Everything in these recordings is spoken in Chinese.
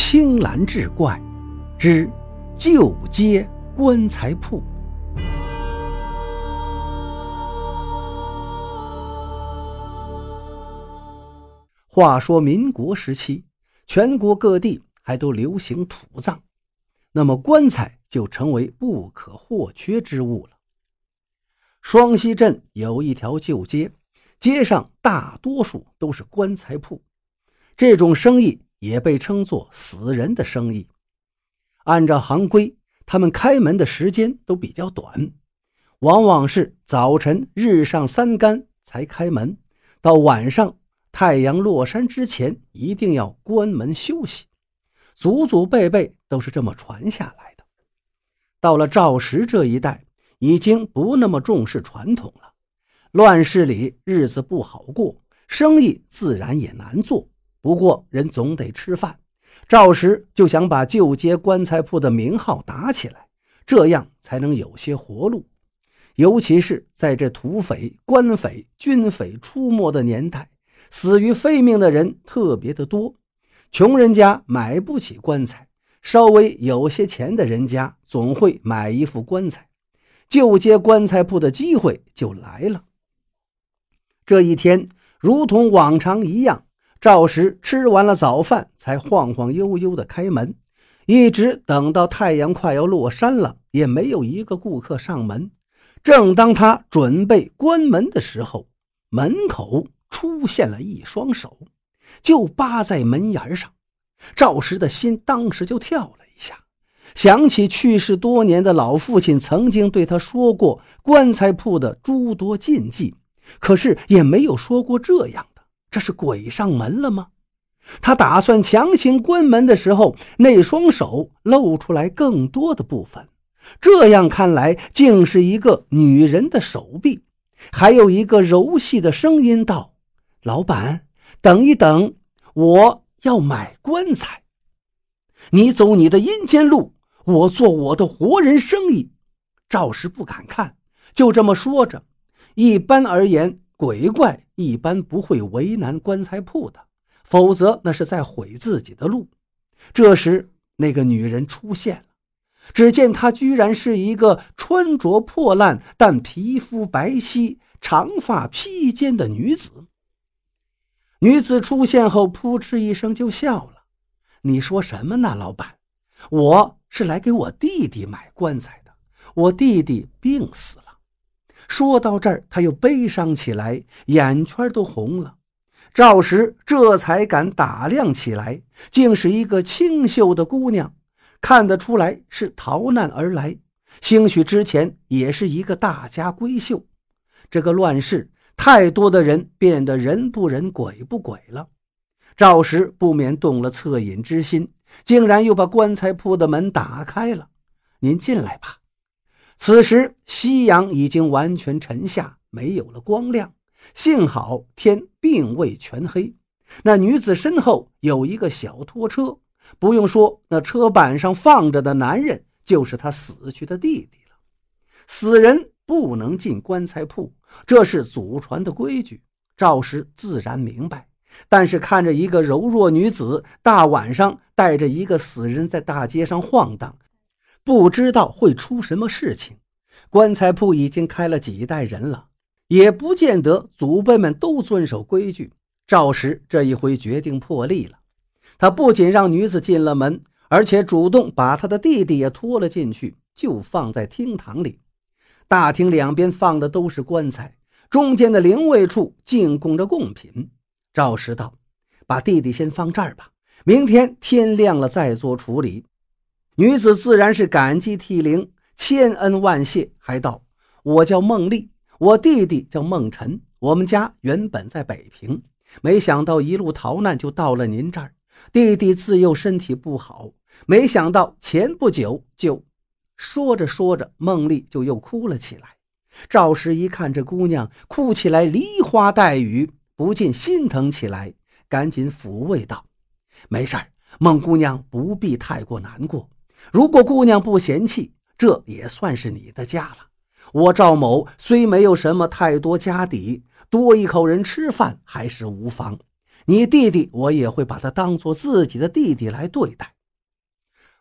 青蓝志怪之旧街棺材铺。话说民国时期，全国各地还都流行土葬，那么棺材就成为不可或缺之物了。双溪镇有一条旧街，街上大多数都是棺材铺，这种生意也被称作死人的生意。按照行规，他们开门的时间都比较短，往往是早晨日上三竿才开门，到晚上太阳落山之前一定要关门休息，祖祖辈辈都是这么传下来的。到了赵石这一代，已经不那么重视传统了，乱世里日子不好过，生意自然也难做，不过人总得吃饭，赵石就想把旧街棺材铺的名号打起来，这样才能有些活路。尤其是在这土匪、官匪、军匪出没的年代，死于非命的人特别的多，穷人家买不起棺材，稍微有些钱的人家总会买一副棺材，旧街棺材铺的机会就来了。这一天如同往常一样，赵石吃完了早饭才晃晃悠悠地开门，一直等到太阳快要落山了，也没有一个顾客上门。正当他准备关门的时候，门口出现了一双手，就扒在门沿上。赵石的心当时就跳了一下，想起去世多年的老父亲曾经对他说过棺材铺的诸多禁忌，可是也没有说过这样的，这是鬼上门了吗？他打算强行关门的时候，那双手露出来更多的部分，这样看来竟是一个女人的手臂，还有一个柔细的声音道：老板，等一等，我要买棺材。你走你的阴间路，我做我的活人生意。赵石不敢看，就这么说着。一般而言，鬼怪一般不会为难棺材铺的，否则那是在毁自己的路。这时那个女人出现了，只见她居然是一个穿着破烂但皮肤白皙、长发披肩的女子。女子出现后扑哧一声就笑了。你说什么呢，老板？我是来给我弟弟买棺材的，我弟弟病死了。说到这儿，他又悲伤起来，眼圈都红了。赵石这才敢打量起来，竟是一个清秀的姑娘，看得出来是逃难而来，兴许之前也是一个大家闺秀。这个乱世，太多的人变得人不人鬼不鬼了。赵石不免动了恻隐之心，竟然又把棺材铺的门打开了。您进来吧。此时夕阳已经完全沉下，没有了光亮，幸好天并未全黑。那女子身后有一个小拖车，不用说，那车板上放着的男人就是他死去的弟弟了。死人不能进棺材铺，这是祖传的规矩，赵石自然明白。但是看着一个柔弱女子大晚上带着一个死人在大街上晃荡，不知道会出什么事情。棺材铺已经开了几代人了，也不见得祖辈们都遵守规矩。赵石这一回决定破例了，他不仅让女子进了门，而且主动把他的弟弟也拖了进去，就放在厅堂里。大厅两边放的都是棺材，中间的灵位处进供着贡品。赵石道：把弟弟先放这儿吧，明天天亮了再做处理。女子自然是感激涕零，千恩万谢，还道：我叫孟丽，我弟弟叫孟晨，我们家原本在北平，没想到一路逃难就到了您这儿。弟弟自幼身体不好，没想到前不久就……说着说着，孟丽就又哭了起来。赵石一看这姑娘哭起来梨花带雨，不禁心疼起来，赶紧抚慰道：没事儿，孟姑娘不必太过难过，如果姑娘不嫌弃，这也算是你的家了。我赵某虽没有什么太多家底，多一口人吃饭还是无妨。你弟弟我也会把他当作自己的弟弟来对待。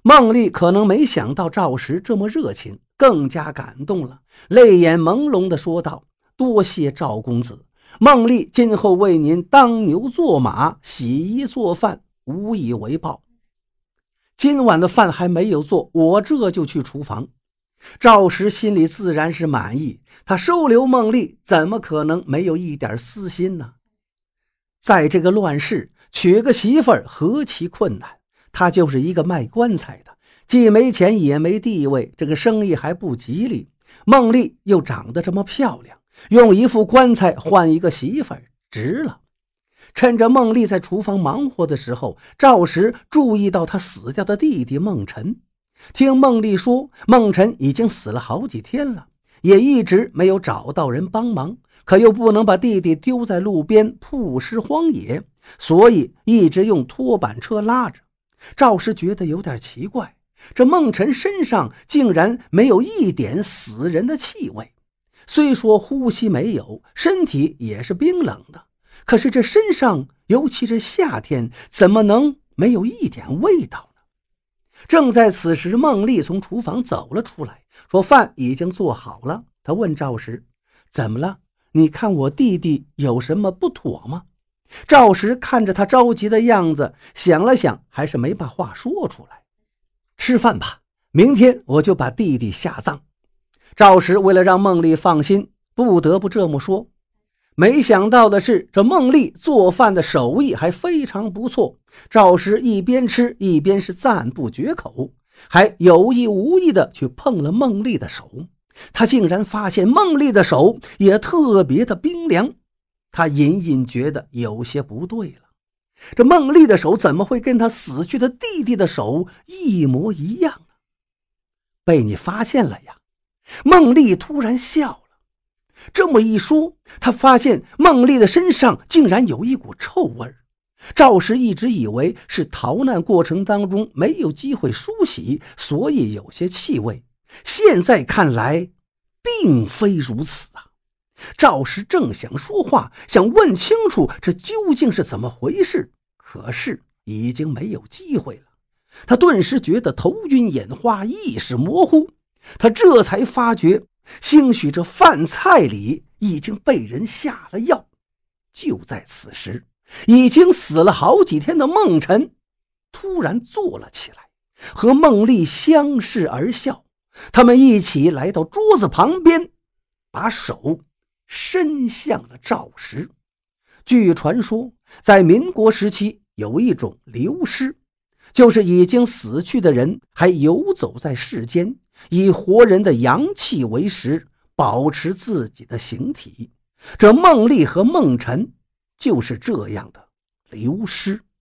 孟丽可能没想到赵石这么热情，更加感动了，泪眼朦胧地说道：多谢赵公子，孟丽今后为您当牛做马，洗衣做饭，无以为报。今晚的饭还没有做，我这就去厨房。赵石心里自然是满意，他收留孟丽怎么可能没有一点私心呢？在这个乱世，娶个媳妇儿何其困难，他就是一个卖棺材的，既没钱也没地位，这个生意还不吉利。孟丽又长得这么漂亮，用一副棺材换一个媳妇儿，值了。趁着孟丽在厨房忙活的时候，赵石注意到他死掉的弟弟孟辰。听孟丽说，孟辰已经死了好几天了，也一直没有找到人帮忙，可又不能把弟弟丢在路边曝尸荒野，所以一直用拖板车拉着。赵石觉得有点奇怪，这孟辰身上竟然没有一点死人的气味，虽说呼吸没有，身体也是冰冷的，可是这身上尤其是夏天怎么能没有一点味道呢？正在此时，孟丽从厨房走了出来，说饭已经做好了。她问赵石：怎么了？你看我弟弟有什么不妥吗？赵石看着他着急的样子，想了想，还是没把话说出来。吃饭吧，明天我就把弟弟下葬。赵石为了让孟丽放心，不得不这么说。没想到的是，这孟丽做饭的手艺还非常不错。赵石一边吃一边是赞不绝口，还有意无意的去碰了孟丽的手。他竟然发现孟丽的手也特别的冰凉，他隐隐觉得有些不对了。这孟丽的手怎么会跟他死去的弟弟的手一模一样呢？被你发现了呀！孟丽突然笑了。这么一说，他发现孟丽的身上竟然有一股臭味。赵石一直以为是逃难过程当中没有机会梳洗，所以有些气味，现在看来并非如此啊。赵石正想说话，想问清楚这究竟是怎么回事，可是已经没有机会了。他顿时觉得头晕眼花，意识模糊。他这才发觉，兴许这饭菜里已经被人下了药。就在此时，已经死了好几天的孟辰突然坐了起来，和孟丽相视而笑。他们一起来到桌子旁边，把手伸向了赵石。据传说，在民国时期有一种流尸，就是已经死去的人还游走在世间，以活人的阳气为食，保持自己的形体。这孟丽和孟辰就是这样的流尸。